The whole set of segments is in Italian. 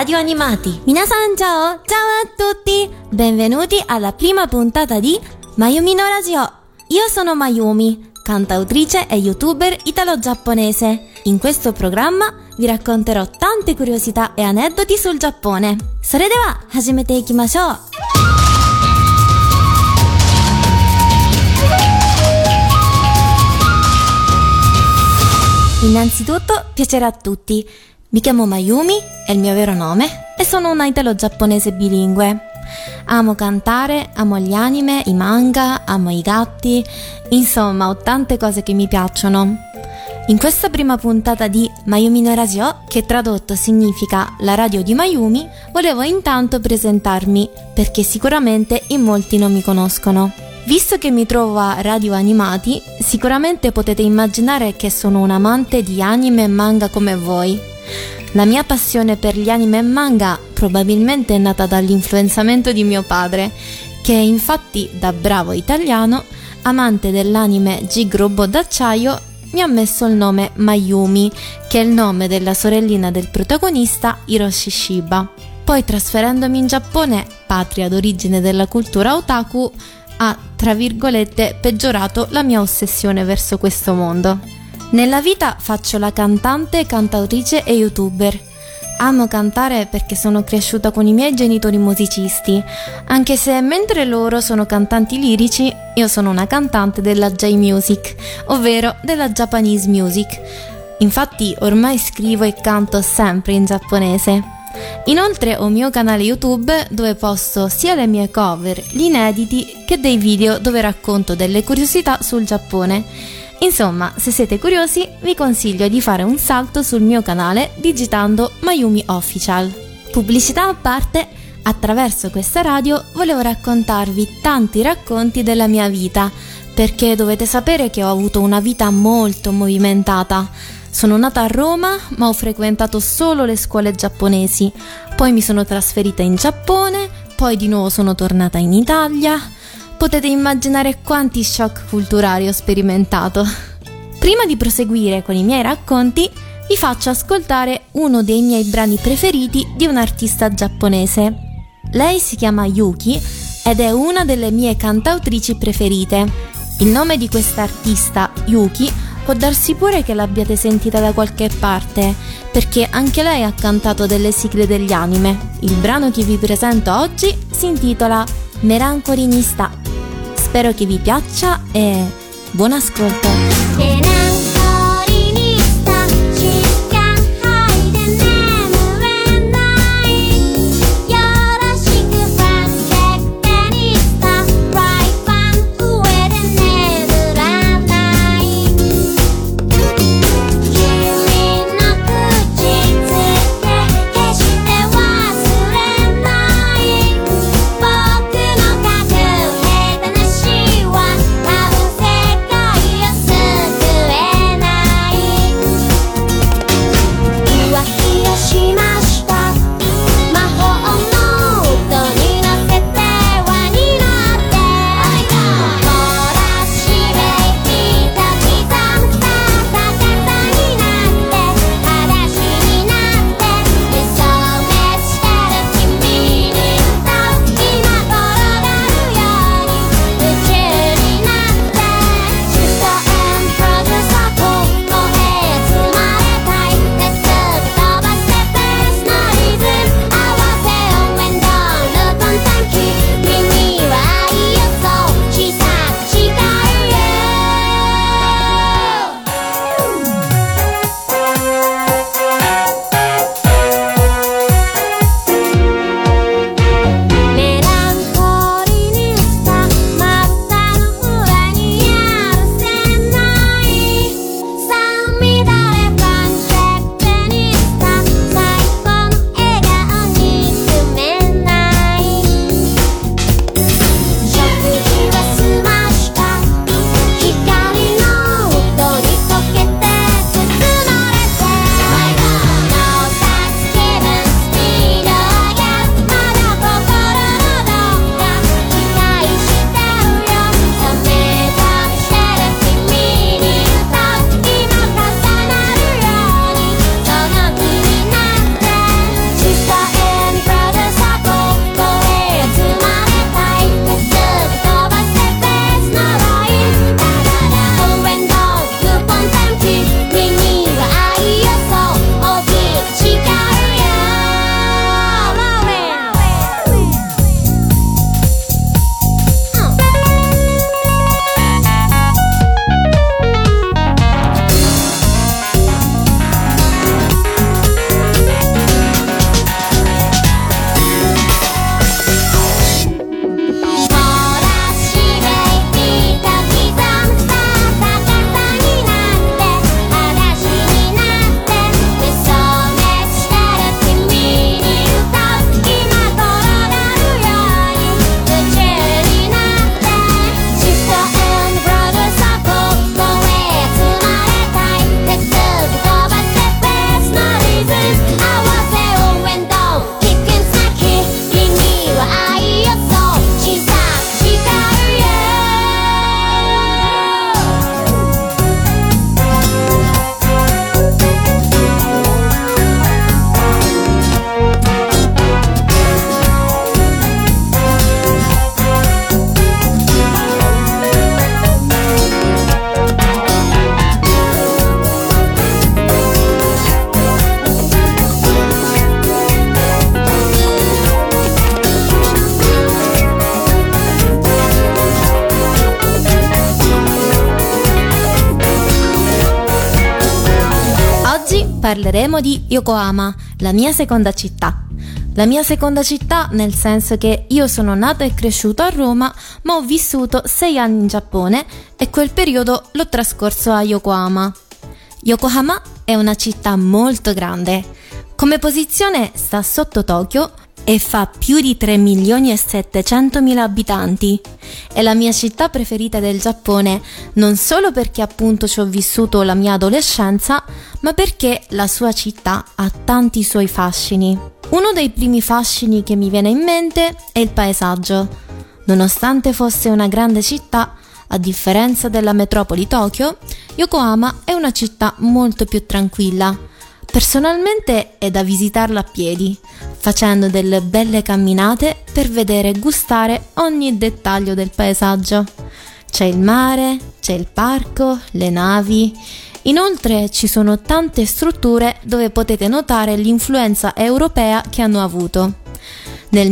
Radio Animati. Minasan ciao, ciao a tutti, benvenuti alla prima puntata di Mayumi no Radio. Io sono Mayumi, cantautrice e youtuber italo-giapponese. In questo programma vi racconterò tante curiosità e aneddoti sul Giappone. それでは始めていきましょう。Innanzitutto, piacere a tutti. Mi chiamo Mayumi, è il mio vero nome, e sono una italo-giapponese bilingue. Amo cantare, amo gli anime, i manga, amo i gatti, insomma ho tante cose che mi piacciono. In questa prima puntata di Mayumi no Radio, che tradotto significa la radio di Mayumi, volevo intanto presentarmi, perché sicuramente in molti non mi conoscono. Visto che mi trovo a Radio Animati, sicuramente potete immaginare che sono un amante di anime e manga come voi. La mia passione per gli anime e manga probabilmente è nata dall'influenzamento di mio padre, che infatti da bravo italiano, amante dell'anime Gig Robot d'acciaio, mi ha messo il nome Mayumi, che è il nome della sorellina del protagonista Hiroshi Shiba. Poi trasferendomi in Giappone, patria d'origine della cultura otaku, ha, tra virgolette, peggiorato la mia ossessione verso questo mondo. Nella vita faccio la cantante, cantautrice e youtuber. Amo cantare perché sono cresciuta con i miei genitori musicisti, anche se mentre loro sono cantanti lirici, io sono una cantante della J-Music, ovvero della Japanese Music. Infatti ormai scrivo e canto sempre in giapponese. Inoltre ho un mio canale YouTube dove posto sia le mie cover, gli inediti, che dei video dove racconto delle curiosità sul Giappone. Insomma, se siete curiosi, vi consiglio di fare un salto sul mio canale digitando Mayumi Official. Pubblicità a parte, attraverso questa radio volevo raccontarvi tanti racconti della mia vita, perché dovete sapere che ho avuto una vita molto movimentata. Sono nata a Roma, ma ho frequentato solo le scuole giapponesi. Poi mi sono trasferita in Giappone, poi di nuovo sono tornata in Italia. Potete immaginare quanti shock culturali ho sperimentato. Prima di proseguire con i miei racconti, vi faccio ascoltare uno dei miei brani preferiti di un'artista giapponese. Lei si chiama Yuki ed è una delle mie cantautrici preferite. Il nome di questa artista, Yuki, può darsi pure che l'abbiate sentita da qualche parte, perché anche lei ha cantato delle sigle degli anime. Il brano che vi presento oggi si intitola Merankori ni sta. Spero che vi piaccia e buon ascolto. parleremo di Yokohama, la mia seconda città. La mia seconda città nel senso che io sono nato e cresciuto a Roma, ma ho vissuto 6 anni in Giappone e quel periodo l'ho trascorso a Yokohama. Yokohama è una città molto grande. Come posizione sta sotto Tokyo e fa più di 3.700.000 abitanti. È la mia città preferita del Giappone, non solo perché appunto ci ho vissuto la mia adolescenza, ma perché la sua città ha tanti suoi fascini. Uno dei primi fascini che mi viene in mente è il paesaggio. Nonostante fosse una grande città, a differenza della metropoli Tokyo, Yokohama è una città molto più tranquilla. Personalmente è da visitarla a piedi, facendo delle belle camminate per vedere e gustare ogni dettaglio del paesaggio. C'è il mare, c'è il parco, le navi. Inoltre ci sono tante strutture dove potete notare l'influenza europea che hanno avuto. Nel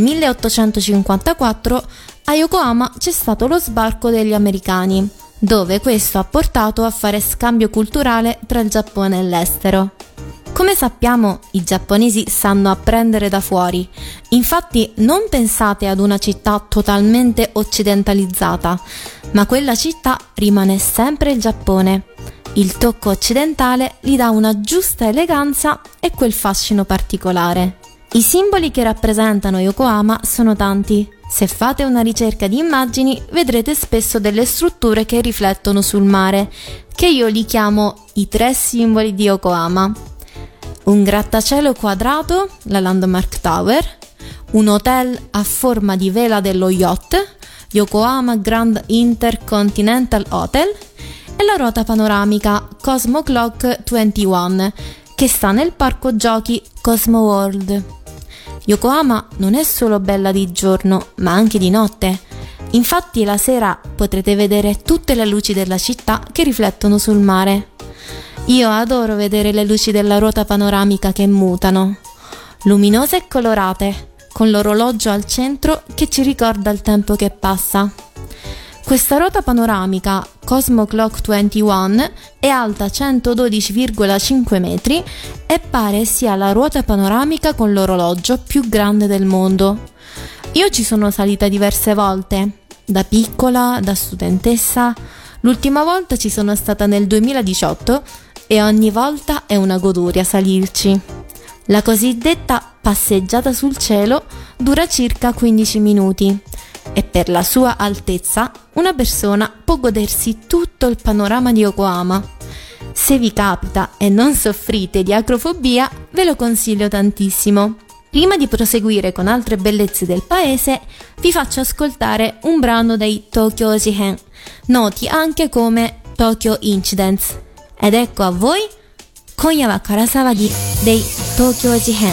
1854 a Yokohama c'è stato lo sbarco degli americani, dove questo ha portato a fare scambio culturale tra il Giappone e l'estero. Come sappiamo, i giapponesi sanno apprendere da fuori. Infatti non pensate ad una città totalmente occidentalizzata, ma quella città rimane sempre il Giappone. Il tocco occidentale gli dà una giusta eleganza e quel fascino particolare. I simboli che rappresentano Yokohama sono tanti. Se fate una ricerca di immagini vedrete spesso delle strutture che riflettono sul mare, che io li chiamo i 3 simboli di Yokohama. Un grattacielo quadrato, la Landmark Tower, un hotel a forma di vela dello yacht, Yokohama Grand Intercontinental Hotel, e la ruota panoramica Cosmo Clock 21, che sta nel parco giochi Cosmo World. Yokohama non è solo bella di giorno, ma anche di notte. Infatti la sera potrete vedere tutte le luci della città che riflettono sul mare. Io adoro vedere le luci della ruota panoramica che mutano, luminose e colorate, con l'orologio al centro che ci ricorda il tempo che passa. Questa ruota panoramica, Cosmo Clock 21, è alta 112,5 metri e pare sia la ruota panoramica con l'orologio più grande del mondo. Io ci sono salita diverse volte, da piccola, da studentessa. L'ultima volta ci sono stata nel 2018 e ogni volta è una goduria salirci. La cosiddetta passeggiata sul cielo dura circa 15 minuti e per la sua altezza una persona può godersi tutto il panorama di Yokohama. Se vi capita e non soffrite di acrofobia, ve lo consiglio tantissimo. Prima di proseguire con altre bellezze del paese, vi faccio ascoltare un brano dei Tokyo Ojihen, noti anche come Tokyo Incidents. Ed ecco a voi, 今夜はから騒ぎ dei Tokyo Ojihen.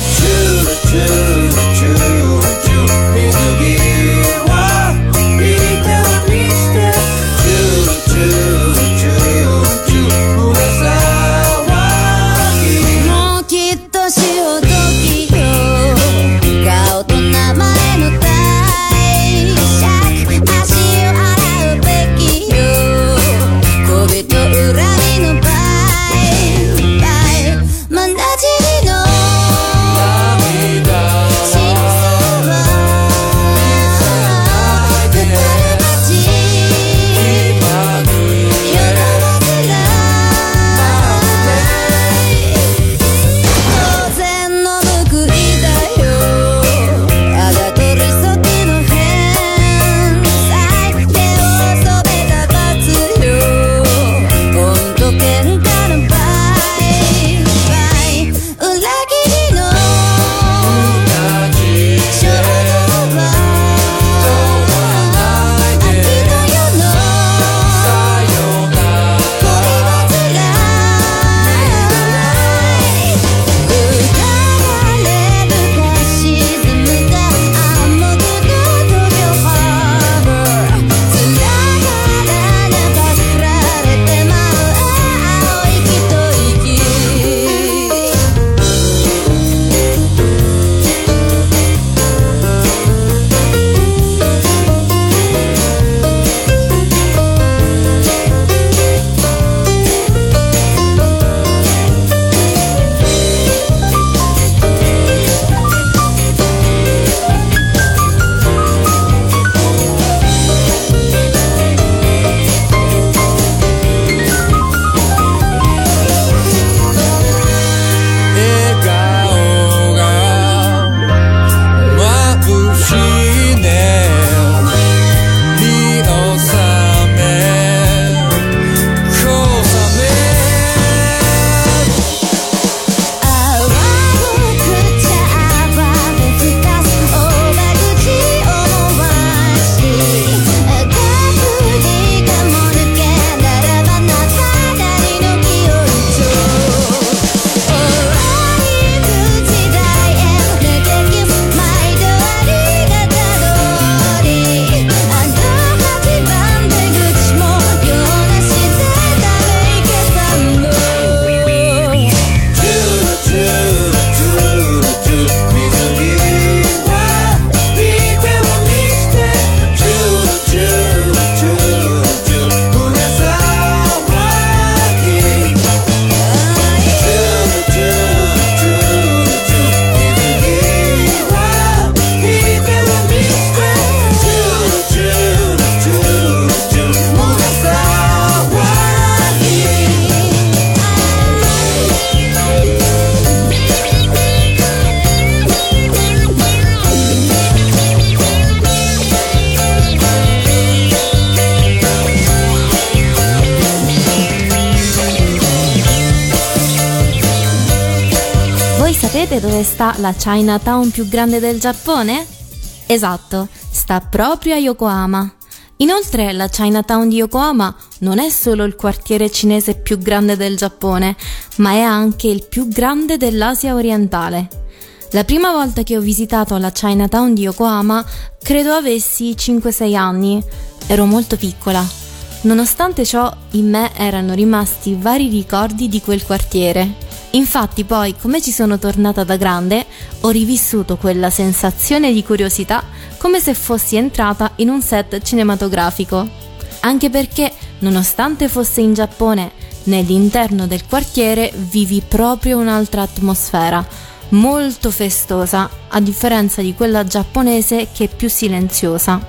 sapete dove sta la Chinatown più grande del Giappone? Esatto, sta proprio a Yokohama. Inoltre la Chinatown di Yokohama non è solo il quartiere cinese più grande del Giappone, ma è anche il più grande dell'Asia orientale. La prima volta che ho visitato la Chinatown di Yokohama credo avessi 5-6 anni. Ero molto piccola. Nonostante ciò, in me erano rimasti vari ricordi di quel quartiere. Infatti poi, come ci sono tornata da grande, ho rivissuto quella sensazione di curiosità come se fossi entrata in un set cinematografico. Anche perché, nonostante fosse in Giappone, nell'interno del quartiere vivi proprio un'altra atmosfera, molto festosa, a differenza di quella giapponese che è più silenziosa.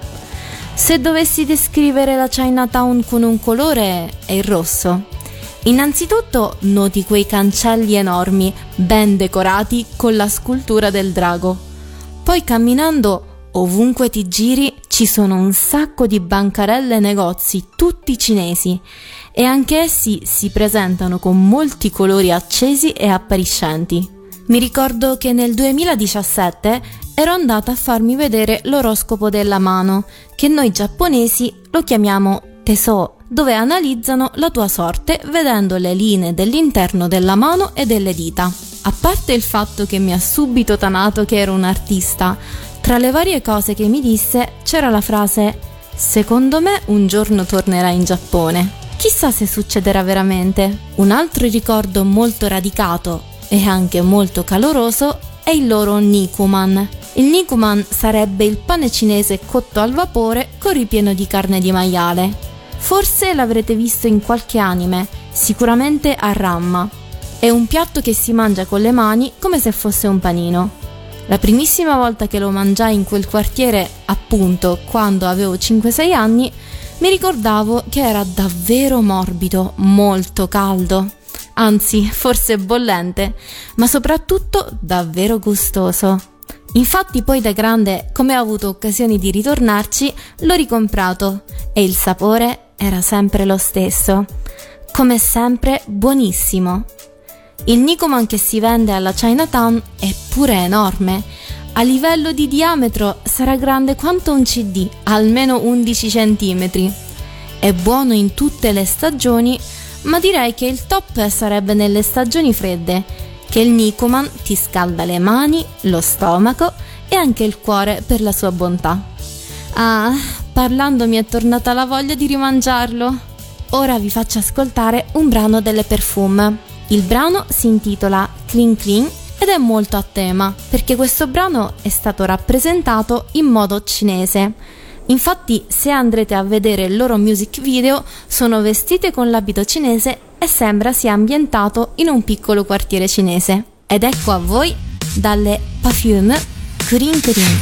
Se dovessi descrivere la Chinatown con un colore, è il rosso. Innanzitutto noti quei cancelli enormi, ben decorati con la scultura del drago. Poi camminando, ovunque ti giri, ci sono un sacco di bancarelle e negozi, tutti cinesi, e anche essi si presentano con molti colori accesi e appariscenti. Mi ricordo che nel 2017 ero andata a farmi vedere l'oroscopo della mano, che noi giapponesi lo chiamiamo Tesò, dove analizzano la tua sorte vedendo le linee dell'interno della mano e delle dita. A parte il fatto che mi ha subito tanato che ero un artista, tra le varie cose che mi disse c'era la frase «Secondo me un giorno tornerai in Giappone». Chissà se succederà veramente. Un altro ricordo molto radicato e anche molto caloroso è il loro Nikuman. Il Nikuman sarebbe il pane cinese cotto al vapore con ripieno di carne di maiale. Forse l'avrete visto in qualche anime, sicuramente a Ranma. È un piatto che si mangia con le mani come se fosse un panino. La primissima volta che lo mangiai in quel quartiere, appunto quando avevo 5-6 anni, mi ricordavo che era davvero morbido, molto caldo. Anzi, forse bollente, ma soprattutto davvero gustoso. Infatti poi da grande, come ho avuto occasioni di ritornarci, l'ho ricomprato e il sapore era sempre lo stesso. Come sempre buonissimo. Il Nikuman che si vende alla Chinatown è pure enorme. A livello di diametro sarà grande quanto un CD, almeno 11 cm. È buono in tutte le stagioni, ma direi che il top sarebbe nelle stagioni fredde, che il Nikuman ti scalda le mani, lo stomaco e anche il cuore per la sua bontà. Ah, parlando mi è tornata la voglia di rimangiarlo. Ora vi faccio ascoltare un brano delle Perfume. Il brano si intitola Clean Clean ed è molto a tema, perché questo brano è stato rappresentato in modo cinese. Infatti, se andrete a vedere il loro music video, sono vestite con l'abito cinese e sembra sia ambientato in un piccolo quartiere cinese. Ed ecco a voi, dalle Perfume, Clean Clean.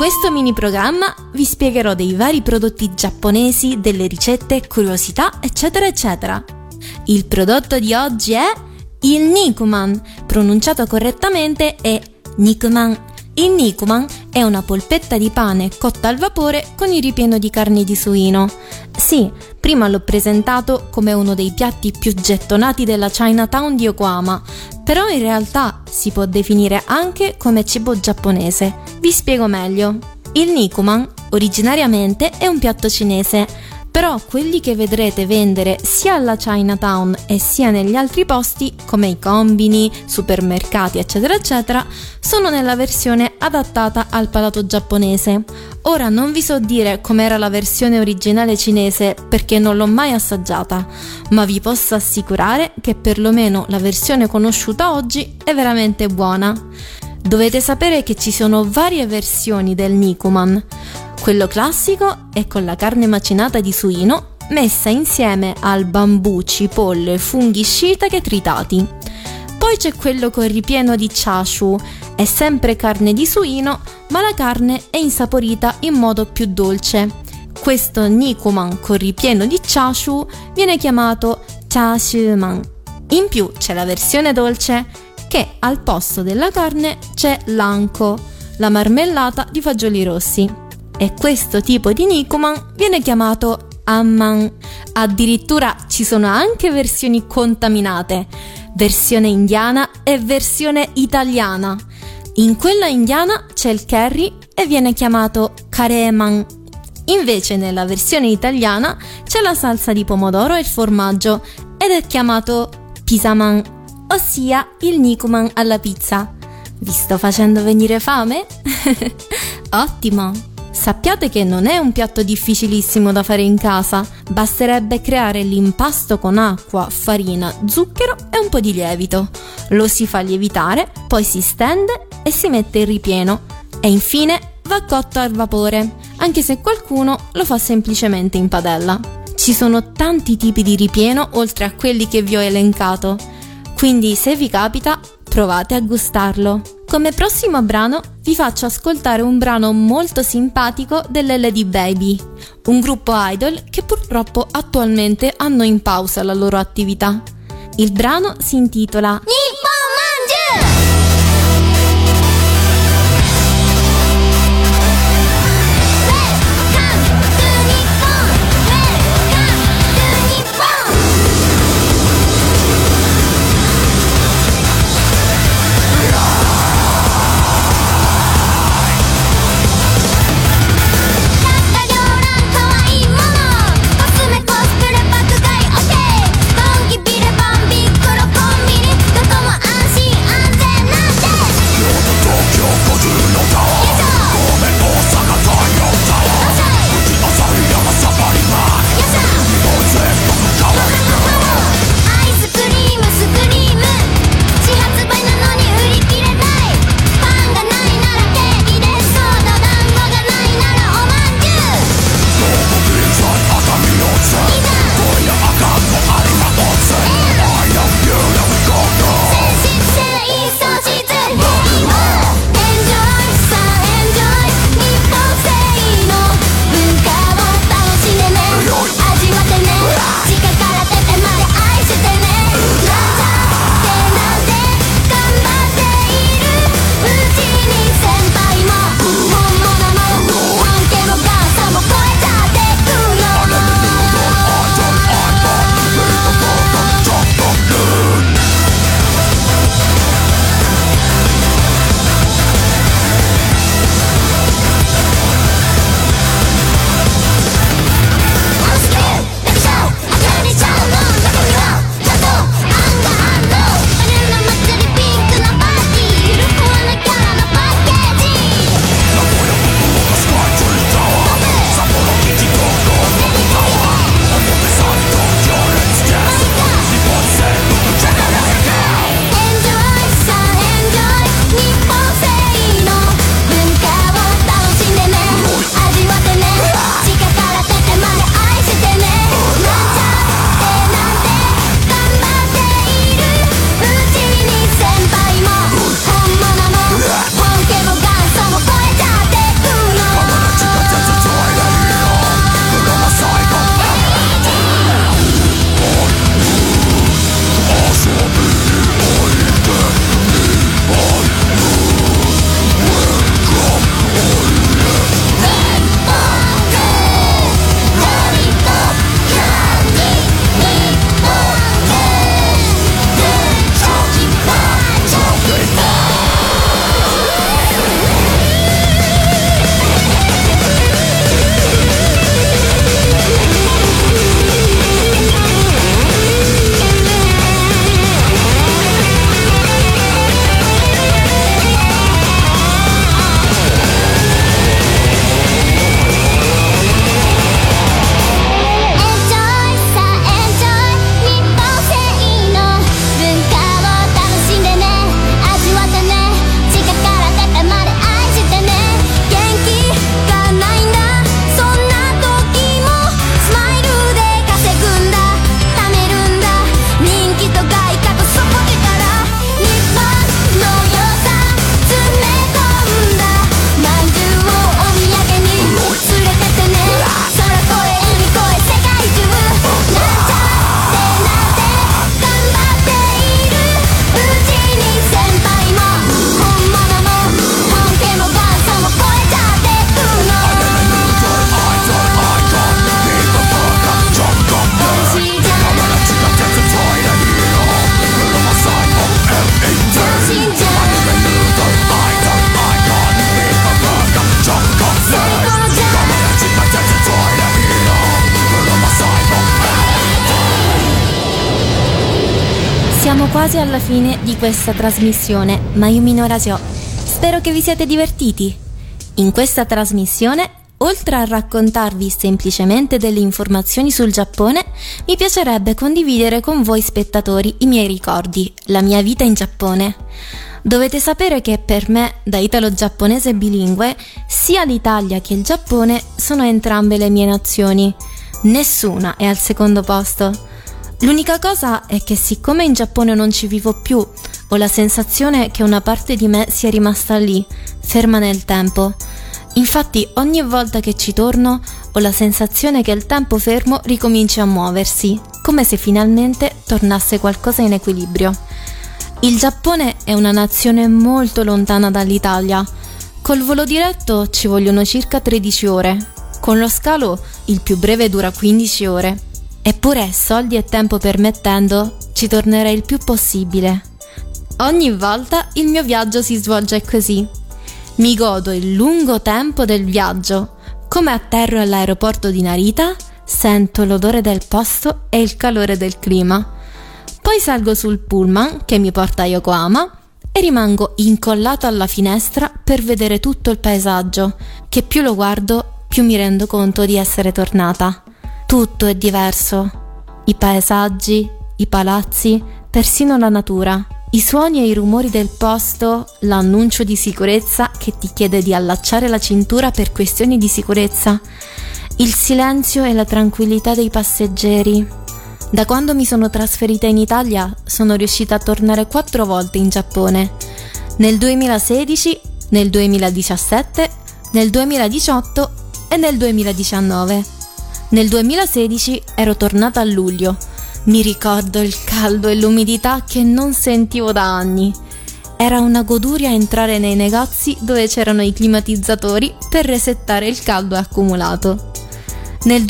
questo mini programma vi spiegherò dei vari prodotti giapponesi, delle ricette, curiosità, eccetera eccetera. Il prodotto di oggi è il Nikuman, pronunciato correttamente è Nikuman. Il Nikuman è una polpetta di pane cotta al vapore con il ripieno di carne di suino. Sì, prima l'ho presentato come uno dei piatti più gettonati della Chinatown di Yokohama, però in realtà si può definire anche come cibo giapponese. Vi spiego meglio. Il Nikuman originariamente è un piatto cinese, però quelli che vedrete vendere sia alla Chinatown e sia negli altri posti, come i combini, supermercati, eccetera eccetera, sono nella versione adattata al palato giapponese. Ora non vi so dire com'era la versione originale cinese perché non l'ho mai assaggiata, ma vi posso assicurare che perlomeno la versione conosciuta oggi è veramente buona. Dovete sapere che ci sono varie versioni del Nikuman. Quello classico è con la carne macinata di suino messa insieme al bambù, cipolle, funghi shiitake tritati. Poi c'è quello con ripieno di chashu, è sempre carne di suino, ma la carne è insaporita in modo più dolce. Questo Nikuman con ripieno di chashu viene chiamato chashuman. In più c'è la versione dolce, che al posto della carne c'è l'anko, la marmellata di fagioli rossi. E questo tipo di Nikuman viene chiamato Amman. Addirittura ci sono anche versioni contaminate, versione indiana e versione italiana. In quella indiana c'è il curry e viene chiamato Kareman. Invece nella versione italiana c'è la salsa di pomodoro e il formaggio ed è chiamato Pisaman, ossia il Nikuman alla pizza. Vi sto facendo venire fame? Ottimo! Sappiate che non è un piatto difficilissimo da fare in casa, basterebbe creare l'impasto con acqua, farina, zucchero e un po' di lievito. Lo si fa lievitare, poi si stende e si mette il ripieno e infine va cotto al vapore, anche se qualcuno lo fa semplicemente in padella. Ci sono tanti tipi di ripieno oltre a quelli che vi ho elencato, quindi se vi capita provate a gustarlo. Come prossimo brano vi faccio ascoltare un brano molto simpatico delle Lady Baby, un gruppo idol che purtroppo attualmente hanno in pausa la loro attività. Il brano si intitola Nippon Manju! Combini Siamo quasi alla fine di questa trasmissione Mayumi no Radio. Spero che vi siate divertiti. In questa trasmissione, oltre a raccontarvi semplicemente delle informazioni sul Giappone, mi piacerebbe condividere con voi spettatori i miei ricordi, la mia vita in Giappone. Dovete sapere che per me, da italo-giapponese bilingue, sia l'Italia che il Giappone sono entrambe le mie nazioni. Nessuna è al secondo posto. L'unica cosa è che siccome in Giappone non ci vivo più, ho la sensazione che una parte di me sia rimasta lì, ferma nel tempo. Infatti ogni volta che ci torno ho la sensazione che il tempo fermo ricominci a muoversi, come se finalmente tornasse qualcosa in equilibrio. Il Giappone è una nazione molto lontana dall'Italia. Col volo diretto ci vogliono circa 13 ore, con lo scalo il più breve dura 15 ore. Eppure, soldi e tempo permettendo, ci tornerei il più possibile. Ogni volta il mio viaggio si svolge così. Mi godo il lungo tempo del viaggio. Come atterro all'aeroporto di Narita, sento l'odore del posto e il calore del clima. Poi salgo sul pullman che mi porta a Yokohama e rimango incollato alla finestra per vedere tutto il paesaggio, che più lo guardo, più mi rendo conto di essere tornata. Tutto è diverso. I paesaggi, i palazzi, persino la natura. I suoni e i rumori del posto, l'annuncio di sicurezza che ti chiede di allacciare la cintura per questioni di sicurezza, il silenzio e la tranquillità dei passeggeri. Da quando mi sono trasferita in Italia sono riuscita a tornare 4 volte in Giappone. Nel 2016, nel 2017, nel 2018 e nel 2019. Nel 2016 ero tornata a luglio. Mi ricordo il caldo e l'umidità che non sentivo da anni. Era una goduria entrare nei negozi dove c'erano i climatizzatori per resettare il caldo accumulato. Nel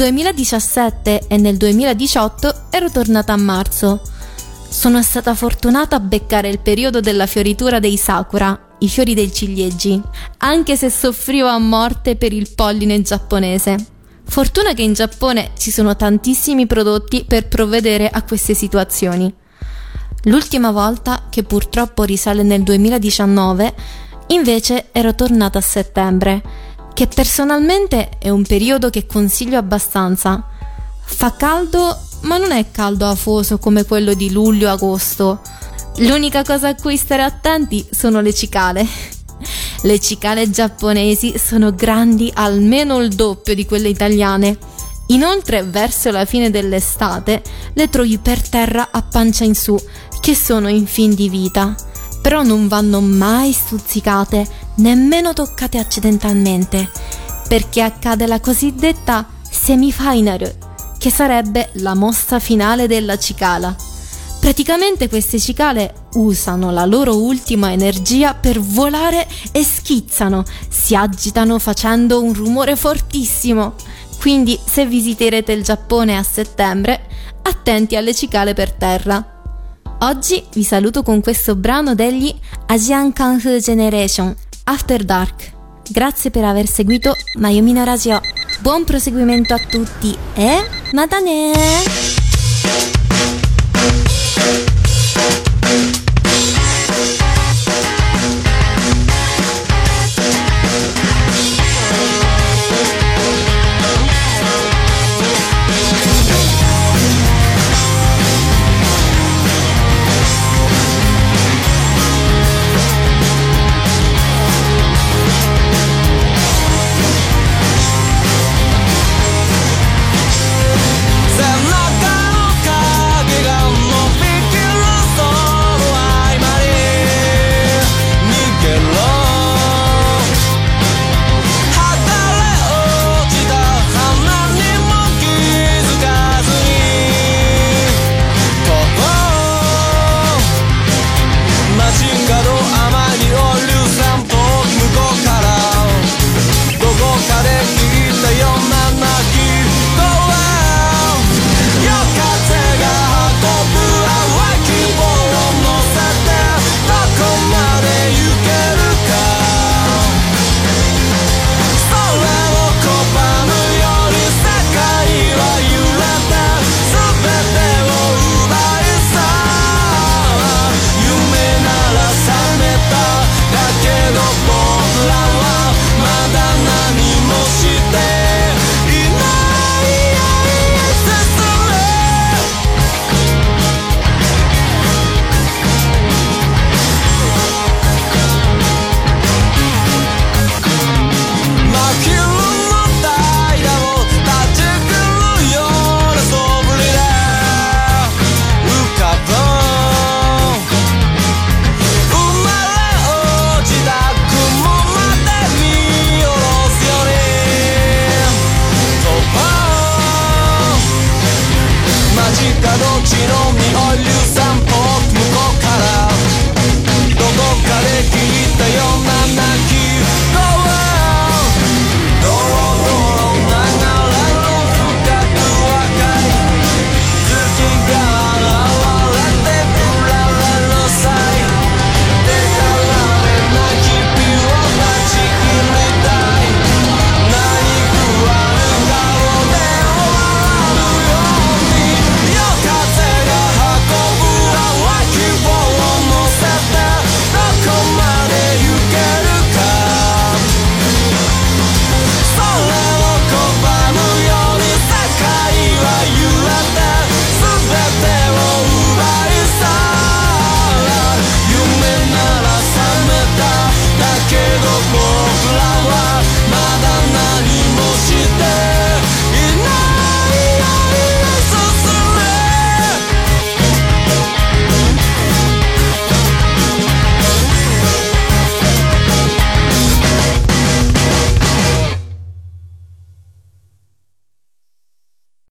2017 e nel 2018 ero tornata a marzo. Sono stata fortunata a beccare il periodo della fioritura dei sakura, i fiori dei ciliegi, anche se soffrivo a morte per il polline giapponese. Fortuna che in Giappone ci sono tantissimi prodotti per provvedere a queste situazioni. L'ultima volta, che purtroppo risale nel 2019, invece ero tornata a settembre, che personalmente è un periodo che consiglio abbastanza. Fa caldo, ma non è caldo afoso come quello di luglio-agosto. L'unica cosa a cui stare attenti sono le cicale. Le cicale giapponesi sono grandi almeno il doppio di quelle italiane. Inoltre, verso la fine dell'estate, le trovi per terra a pancia in su, che sono in fin di vita. Però non vanno mai stuzzicate, nemmeno toccate accidentalmente, perché accade la cosiddetta semifinal, che sarebbe la mossa finale della cicala. Praticamente queste cicale usano la loro ultima energia per volare e schizzano, si agitano facendo un rumore fortissimo. Quindi se visiterete il Giappone a settembre, attenti alle cicale per terra. Oggi vi saluto con questo brano degli Asian Kung Fu Generation, After Dark. Grazie per aver seguito Mayumi no Radio. Buon proseguimento a tutti e matane!